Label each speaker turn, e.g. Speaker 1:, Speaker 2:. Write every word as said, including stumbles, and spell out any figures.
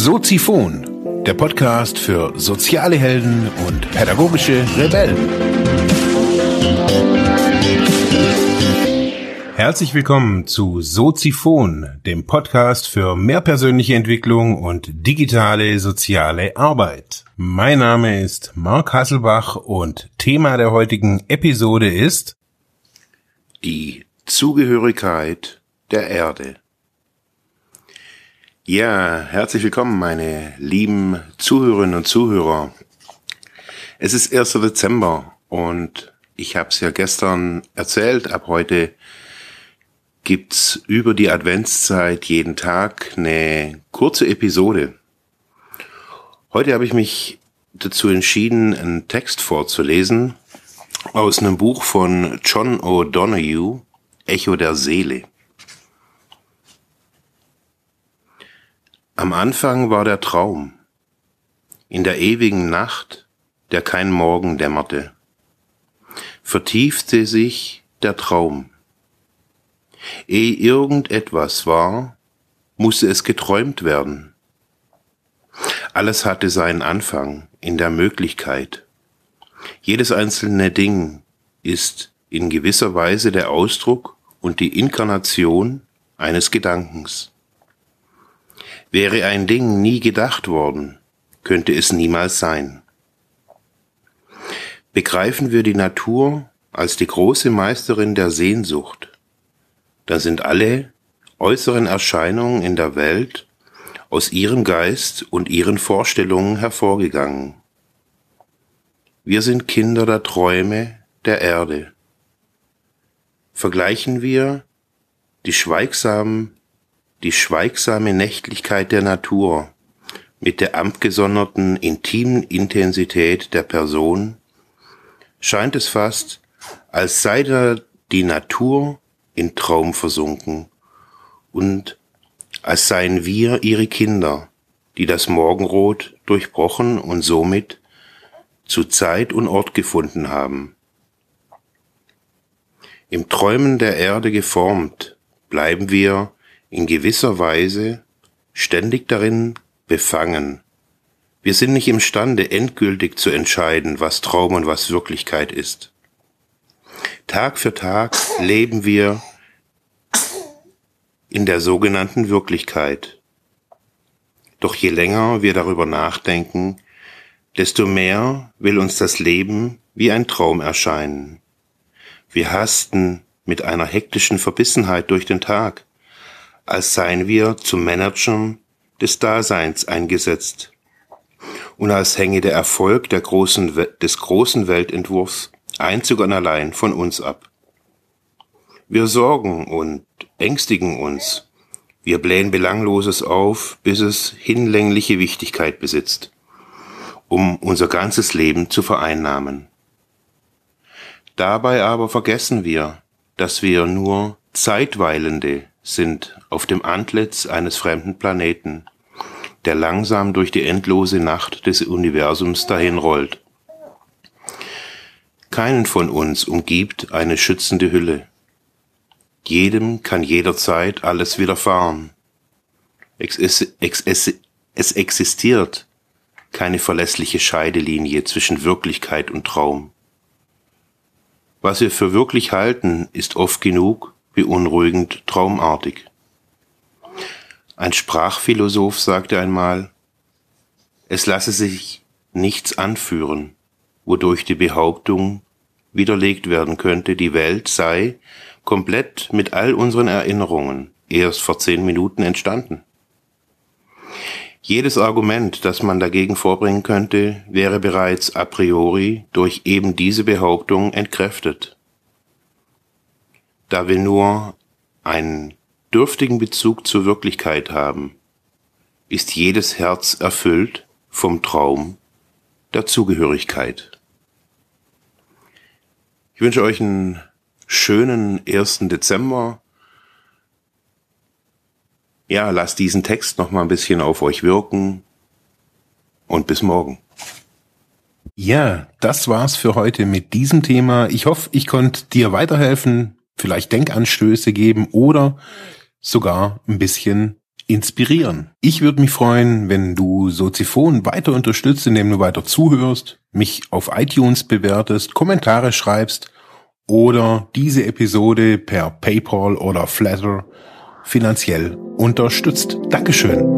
Speaker 1: Soziphon, der Podcast für soziale Helden und pädagogische Rebellen. Herzlich willkommen zu Soziphon, dem Podcast für mehr persönliche Entwicklung und digitale soziale Arbeit. Mein Name ist Marc Hasselbach und Thema der heutigen Episode ist die Zugehörigkeit der Erde. Ja, herzlich willkommen, meine lieben Zuhörerinnen und Zuhörer. Es ist erster Dezember und ich habe es ja gestern erzählt, ab heute gibt's über die Adventszeit jeden Tag eine kurze Episode. Heute habe ich mich dazu entschieden, einen Text vorzulesen aus einem Buch von John O'Donohue, Echo der Seele. Am Anfang war der Traum, in der ewigen Nacht, der kein Morgen dämmerte, vertiefte sich der Traum. Ehe irgendetwas war, musste es geträumt werden. Alles hatte seinen Anfang in der Möglichkeit. Jedes einzelne Ding ist in gewisser Weise der Ausdruck und die Inkarnation eines Gedankens. Wäre ein Ding nie gedacht worden, könnte es niemals sein. Begreifen wir die Natur als die große Meisterin der Sehnsucht, dann sind alle äußeren Erscheinungen in der Welt aus ihrem Geist und ihren Vorstellungen hervorgegangen. Wir sind Kinder der Träume der Erde. Vergleichen wir die schweigsamen die schweigsame Nächtlichkeit der Natur mit der abgesonderten, intimen Intensität der Person, scheint es fast, als sei da die Natur in Traum versunken und als seien wir ihre Kinder, die das Morgenrot durchbrochen und somit zu Zeit und Ort gefunden haben. Im Träumen der Erde geformt, bleiben wir in gewisser Weise ständig darin befangen. Wir sind nicht imstande, endgültig zu entscheiden, was Traum und was Wirklichkeit ist. Tag für Tag leben wir in der sogenannten Wirklichkeit. Doch je länger wir darüber nachdenken, desto mehr will uns das Leben wie ein Traum erscheinen. Wir hasten mit einer hektischen Verbissenheit durch den Tag, als seien wir zum Managern des Daseins eingesetzt und als hänge der Erfolg der großen, des großen Weltentwurfs einzig und allein von uns ab. Wir sorgen und ängstigen uns, wir blähen Belangloses auf, bis es hinlängliche Wichtigkeit besitzt, um unser ganzes Leben zu vereinnahmen. Dabei aber vergessen wir, dass wir nur Zeitweilende sind auf dem Antlitz eines fremden Planeten, der langsam durch die endlose Nacht des Universums dahinrollt. Keinen von uns umgibt eine schützende Hülle. Jedem kann jederzeit alles widerfahren. Es, es, es, es existiert keine verlässliche Scheidelinie zwischen Wirklichkeit und Traum. Was wir für wirklich halten, ist oft genug beunruhigend traumartig. Ein Sprachphilosoph sagte einmal, es lasse sich nichts anführen, wodurch die Behauptung widerlegt werden könnte, die Welt sei komplett mit all unseren Erinnerungen erst vor zehn Minuten entstanden. Jedes Argument, das man dagegen vorbringen könnte, wäre bereits a priori durch eben diese Behauptung entkräftet. Da wir nur einen dürftigen Bezug zur Wirklichkeit haben, ist jedes Herz erfüllt vom Traum der Zugehörigkeit. Ich wünsche euch einen schönen ersten Dezember. Ja, lasst diesen Text noch mal ein bisschen auf euch wirken und bis morgen. Ja, das war's für heute mit diesem Thema. Ich hoffe, ich konnte dir weiterhelfen, vielleicht Denkanstöße geben oder sogar ein bisschen
Speaker 2: inspirieren. Ich würde mich freuen, wenn du Soziphon weiter unterstützt, indem du weiter zuhörst, mich auf iTunes bewertest, Kommentare schreibst oder diese Episode per PayPal oder Flattr finanziell unterstützt. Dankeschön.